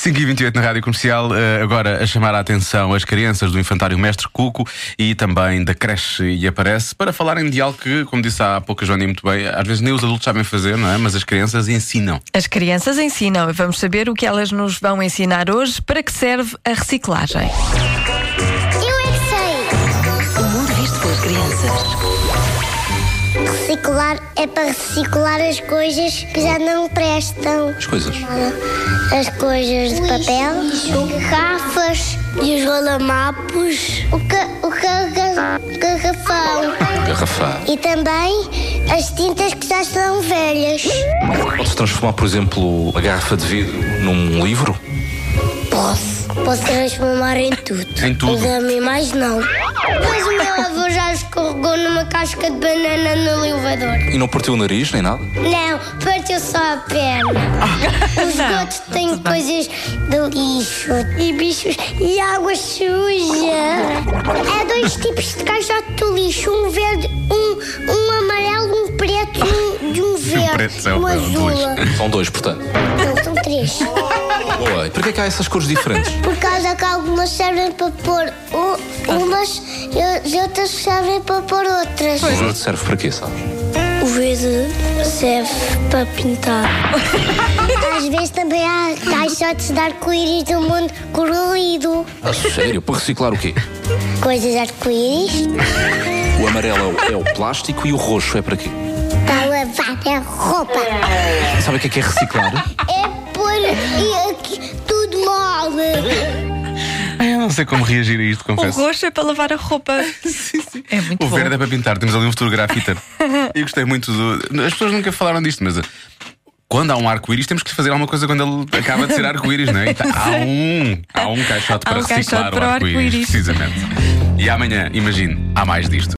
5h28 na Rádio Comercial. Agora a chamar a atenção as crianças do Infantário Mestre Cuco e também da creche E Aparece para falarem de algo que, como disse há pouco a Joana muito bem, às vezes nem os adultos sabem fazer, não é? Mas as crianças ensinam. As crianças ensinam. Vamos saber o que elas nos vão ensinar hoje. Para que serve a reciclagem? Eu é que sei! O mundo visto pelas crianças. Reciclar é para reciclar as coisas que já não prestam. As coisas. As coisas de papel, as garrafas e os rolamapos, o garrafão. Garrafar. E também as tintas que já estão velhas. Pode-se transformar, por exemplo, a garrafa de vidro num livro? Posso transformar em tudo. Em tudo? Os animais não. Mas o meu avô já escorregou numa casca de banana no elevador. E não partiu o nariz, nem nada? Não, partiu só a perna. Os gatos têm coisas do lixo e bichos e água suja. Há dois tipos de caixote do lixo, um verde, um amarelo, um preto e um verde. preto, Um azul. São dois, portanto. Não, são três. Boa. E porquê que há essas cores diferentes? Por causa que algumas servem para pôr umas e outras servem para pôr outras. O verde serve para quê, sabes? O verde serve para pintar. Às vezes também há caixotes de arco-íris do mundo colorido. A sério? Para reciclar o quê? Coisas de arco-íris. O amarelo é o plástico e o roxo é para quê? Para lavar a roupa. Sabe o que é reciclar? É pôr e aqui tudo mole. Eu não sei como reagir a isto, O confesso. roxo é para lavar a roupa. É muito O bom. verde é para pintar, temos ali um futuro grafiter. Eu gostei muito do. As pessoas nunca falaram disto, mas quando há um arco-íris, temos que fazer alguma coisa quando ele acaba de ser arco-íris, não é? Há um caixote para um reciclar caixote para o o arco-íris, arco-íris. precisamente. E amanhã, imagine, há mais disto.